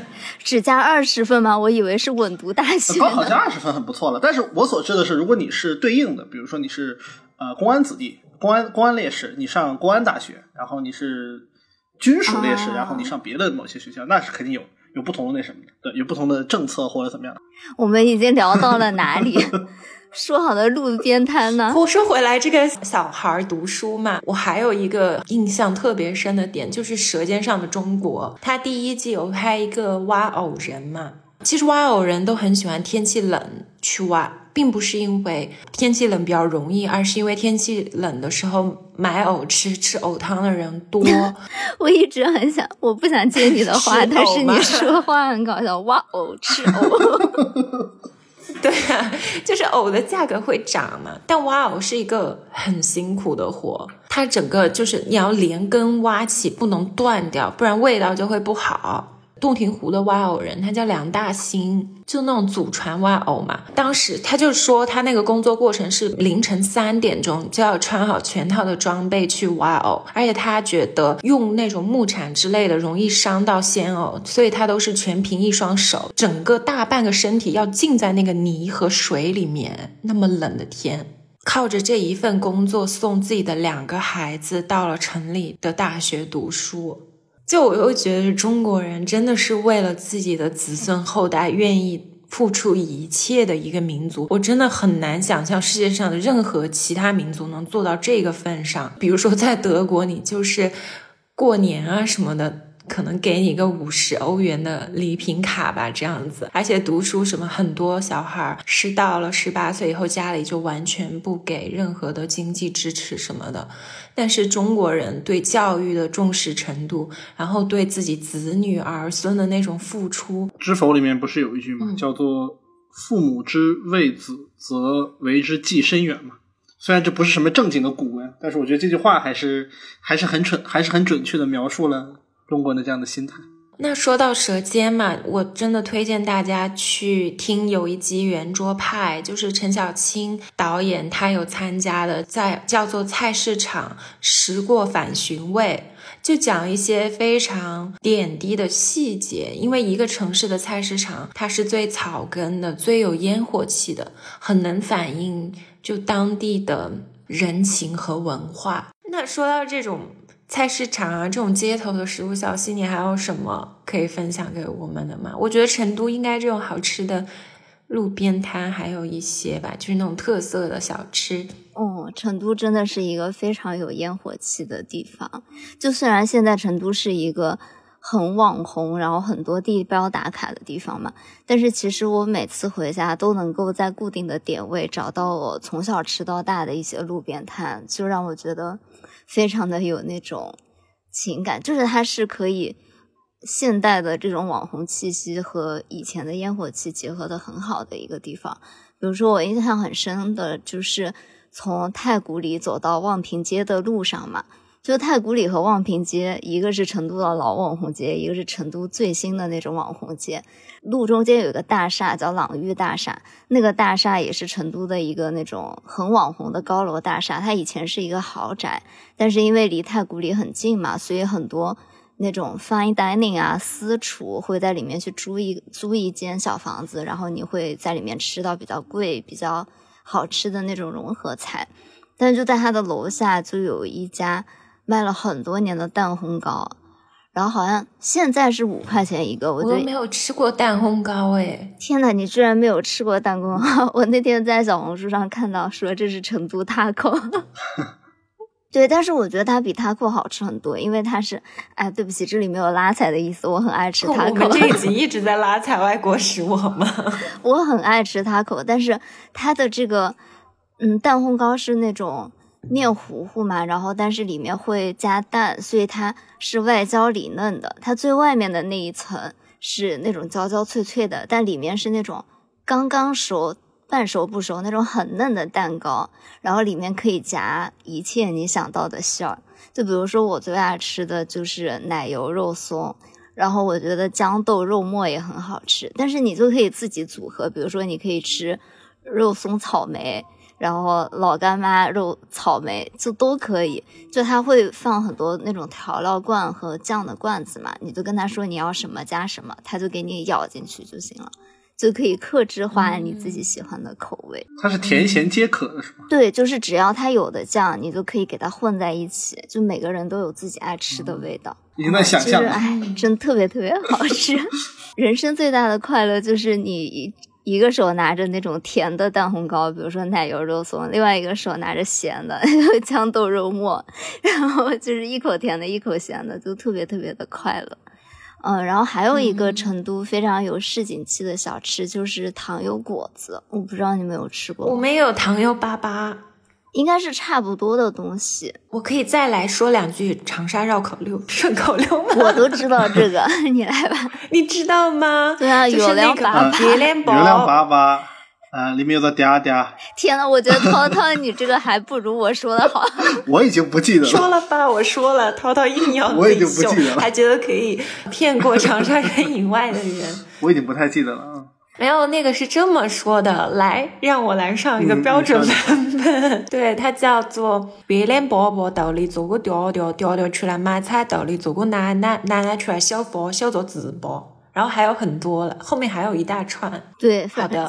只加20分吗？我以为是稳读大学。 高考加20分很不错了，但是我所知的是，如果你是对应的，比如说你是公安子弟、公安烈士，你上公安大学，然后你是军属烈士，然后你上别的某些学校，那是肯定有不同的那什么的，对，有不同的政策或者怎么样的。 我们已经聊到了哪里？说好的路边摊呢？ 我说回来这个小孩读书嘛，我还有一个印象特别深的点，就是《舌尖上的中国》，它第1季有拍一个挖偶人嘛。其实挖偶人都很喜欢天气冷去挖，并不是因为天气冷比较容易，而是因为天气冷的时候买藕吃藕汤的人多。 我一直很想，我不想接你的话，但是你说话很搞笑，挖藕吃藕。 对啊，就是藕的价格会涨嘛，但挖藕是一个很辛苦的活，它整个就是你要连根挖起，不能断掉，不然味道就会不好。洞庭湖的挖藕人他叫梁大兴，就那种祖传挖藕嘛。当时他就说他那个工作过程是凌晨3点钟就要穿好全套的装备去挖藕，而且他觉得用那种木铲之类的容易伤到鲜藕，所以他都是全凭一双手，整个大半个身体要浸在那个泥和水里面，那么冷的天，靠着这一份工作送自己的2个孩子到了城里的大学读书。就我又觉得中国人真的是为了自己的子孙后代愿意付出一切的一个民族，我真的很难想象世界上的任何其他民族能做到这个份上。比如说在德国，你就是过年啊什么的，可能给你个50欧元的礼品卡吧，这样子。而且读书什么，很多小孩是到了18岁以后，家里就完全不给任何的经济支持什么的。但是中国人对教育的重视程度，然后对自己子女儿孙的那种付出， 知否里面不是有一句吗，叫做父母之为子，则为之计深远嘛。虽然这不是什么正经的古文，但是我觉得这句话还是很准确的描述了中国人的这样的心态。 那说到舌尖嘛，我真的推荐大家去听有一集圆桌派，就是陈小青导演他有参加的，叫做菜市场时过反寻味，就讲一些非常点滴的细节。因为一个城市的菜市场它是最草根的，最有烟火气的，很能反映就当地的人情和文化。那说到这种菜市场啊，这种街头的食物，小溪你还有什么可以分享给我们的吗？我觉得成都应该这种好吃的路边摊还有一些吧，就是那种特色的小吃。 成都真的是一个非常有烟火气的地方。就虽然现在成都是一个很网红，然后很多地标打卡的地方嘛，但是其实我每次回家都能够在固定的点位找到我从小吃到大的一些路边摊，就让我觉得非常的有那种情感，就是它是可以现代的这种网红气息和以前的烟火气结合的很好的一个地方。比如说我印象很深的就是从太古里走到望平街的路上嘛，就太古里和望平街，一个是成都的老网红街，一个是成都最新的那种网红街。路中间有一个大厦叫朗寓大厦，那个大厦也是成都的一个那种很网红的高楼大厦，它以前是一个豪宅，但是因为离太古里很近嘛，所以很多那种 fine dining 啊，私厨会在里面去租一间小房子，然后你会在里面吃到比较贵比较好吃的那种融合菜。但是就在它的楼下就有一家卖了很多年的蛋烘糕，然后好像现在是5块钱一个。我都没有吃过蛋烘糕诶。 天哪，你居然没有吃过蛋烘糕？我那天在小红书上看到说这是成都taco。对，但是我觉得它比taco好吃很多，因为它是，对不起，这里没有拉踩的意思，我很爱吃taco。 我们这一集一直在拉踩外国食物好吗？ 我很爱吃taco，但是它的这个蛋烘糕是那种面糊糊嘛，然后但是里面会加蛋，所以它是外焦里嫩的。它最外面的那一层是那种焦焦脆脆的，但里面是那种刚刚熟半熟不熟那种很嫩的蛋糕，然后里面可以夹一切你想到的馅儿。就比如说我最爱吃的就是奶油肉松，然后我觉得豇豆肉末也很好吃，但是你就可以自己组合，比如说你可以吃肉松草莓， 然后老干妈肉、草莓就都可以。就他会放很多那种调料罐和酱的罐子嘛，你就跟他说你要什么加什么，他就给你舀进去就行了，就可以客制化你自己喜欢的口味。 它是甜咸皆可的是吗？ 对，就是只要它有的酱，你就可以给它混在一起，就每个人都有自己爱吃的味道。 已经在想象了， 真特别特别好吃。人生最大的快乐就是你一个手拿着那种甜的蛋烘糕，比如说奶油肉松，另外一个手拿着咸的豇豆肉末，然后就是一口甜的一口咸的，就特别特别的快乐。然后还有一个成都非常有市井气的小吃，就是糖油果子，我不知道你们有吃过吗？ 我们有糖油粑粑， 应该是差不多的东西。 我可以再来说两句长沙绕口溜、顺口溜吗？ 我都知道这个，你来吧。 你知道吗？ 对啊， 就是那个月亮粑粑，里面有个嗲嗲。 天呐，我觉得涛涛你这个还不如我说的好。 我已经不记得了。 说了吧，我说了，涛涛硬要我已经不记得了， 还觉得可以骗过长沙人以外的人。 我已经不太记得了。 没有，那个是这么说的，来，让我来上一个标准版本。对，它叫做月亮粑粑，豆里做个调调，调调出来买菜，豆里做个奶奶，奶奶出来小佛，小做直播，然后还有很多了，后面还有一大串。 对， 好的，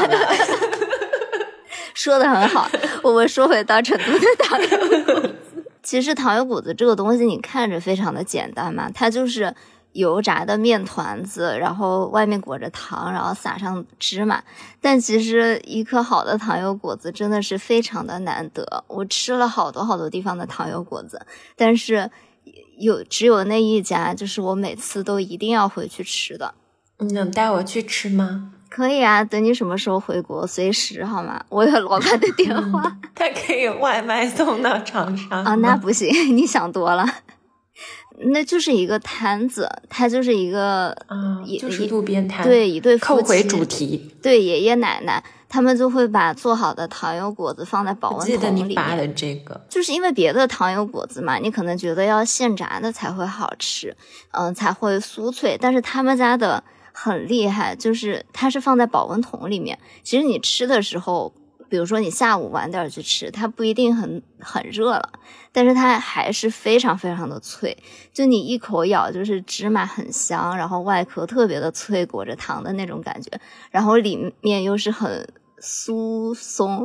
说的很好。我们说回到成都的糖油果子。其实糖油果子这个东西，你看着非常的简单嘛，它就是油炸的面团子，然后外面裹着糖，然后撒上芝麻。但其实一颗好的糖油果子真的是非常的难得。我吃了好多好多地方的糖油果子，但是只有那一家，就是我每次都一定要回去吃的。 你能带我去吃吗？ 可以啊，等你什么时候回国随时好吗？我有老板的电话。 他可以外卖送到长沙啊？那不行，你想多了。那就是一个摊子，它就是一个就是路边摊。 对，一对夫妻扣回主题。 对，爷爷奶奶他们就会把做好的糖油果子放在保温桶里面。 我记得你发的这个， 就是因为别的糖油果子嘛，你可能觉得要现炸的才会好吃，才会酥脆，但是他们家的很厉害，就是它是放在保温桶里面。其实你吃的时候，比如说你下午晚点去吃，它不一定很热了，但是它还是非常非常的脆，就你一口咬就是芝麻很香，然后外壳特别的脆，裹着糖的那种感觉，然后里面又是很酥，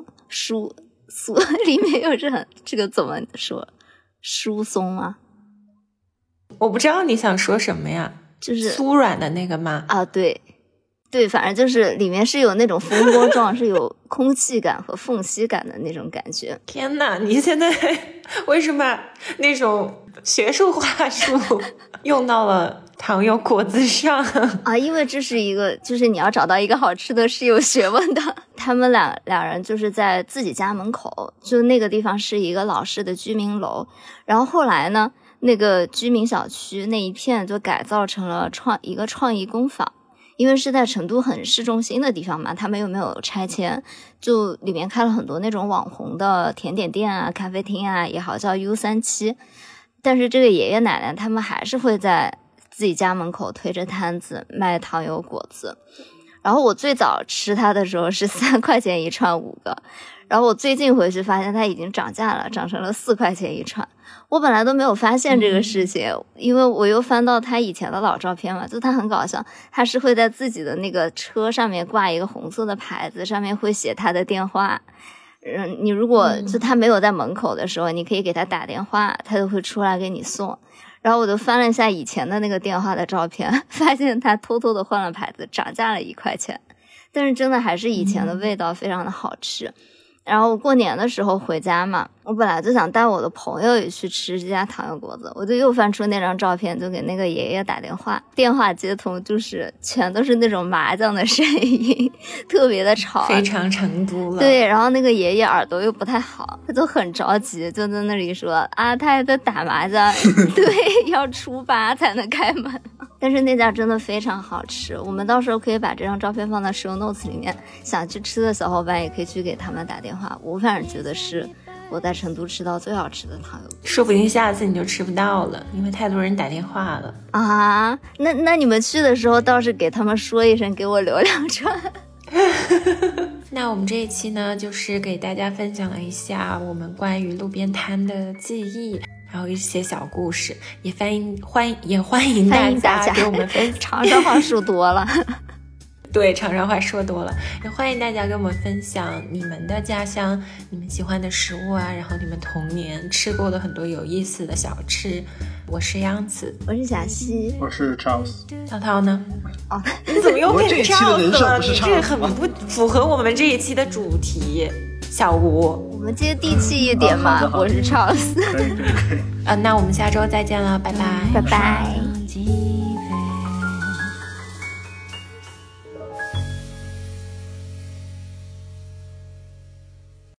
里面又是很，这个怎么说，疏松啊？ 我不知道你想说什么呀？就是酥软的那个吗？ 啊，对，反正就是里面是有那种蜂窝状，是有空气感和缝隙感的那种感觉。 天哪，你现在为什么那种学术话术用到了糖油果子上啊？因为这是一个，就是你要找到一个好吃的是有学问的。他们两人就是在自己家门口，就那个地方是一个老式的居民楼，然后后来呢，那个居民小区那一片就改造成了一个创意工坊。因为是在成都很市中心的地方嘛，他们又没有拆迁，就里面开了很多那种网红的甜点店啊、咖啡厅啊，也好叫 U37。但是这个爷爷奶奶他们还是会在自己家门口推着摊子卖糖油果子。然后我最早吃它的时候是3块钱一串5个，然后我最近回去发现它已经涨价了，涨成了4块钱一串。我本来都没有发现这个事情，因为我又翻到他以前的老照片嘛，就他很搞笑，他是会在自己的那个车上面挂一个红色的牌子，上面会写他的电话。你如果就他没有在门口的时候，你可以给他打电话，他就会出来给你送。然后我就翻了一下以前的那个电话的照片，发现他偷偷的换了牌子，涨价了1块钱，但是真的还是以前的味道，非常的好吃。然后我过年的时候回家嘛，我本来就想带我的朋友也去吃这家糖油果子，我就又翻出那张照片，就给那个爷爷打电话，电话接通就是全都是那种麻将的声音，特别的吵， 非常成都了。 对，然后那个爷爷耳朵又不太好，他就很着急，就在那里说啊，他还在打麻将，对，要初8才能开门。但是那家真的非常好吃，我们到时候可以把这张照片放在 show notes 里面，想去吃的小伙伴也可以去给他们打电话。我反正觉得是我在成都吃到最好吃的糖油果子， 说不定下次你就吃不到了，因为太多人打电话了啊。那你们去的时候倒是给他们说一声，给我留2串。 那我们这一期呢，就是给大家分享了一下我们关于路边摊的记忆，然后一些小故事，也欢迎大家给我们分享。 长沙话说多了。 对，长沙话说多了，也欢迎大家跟我们分享你们的家乡，你们喜欢的食物啊，然后你们童年吃过的很多有意思的小吃。我是央子， 我是小西， 我是 Charles。 涛涛呢？ 哦， 你怎么又变成 Charles 了？ 你这个很不符合我们这一期的主题。小吴， 我们接地气一点嘛。我是 Charles。 可以。 那我们下周再见了，拜拜， 拜拜。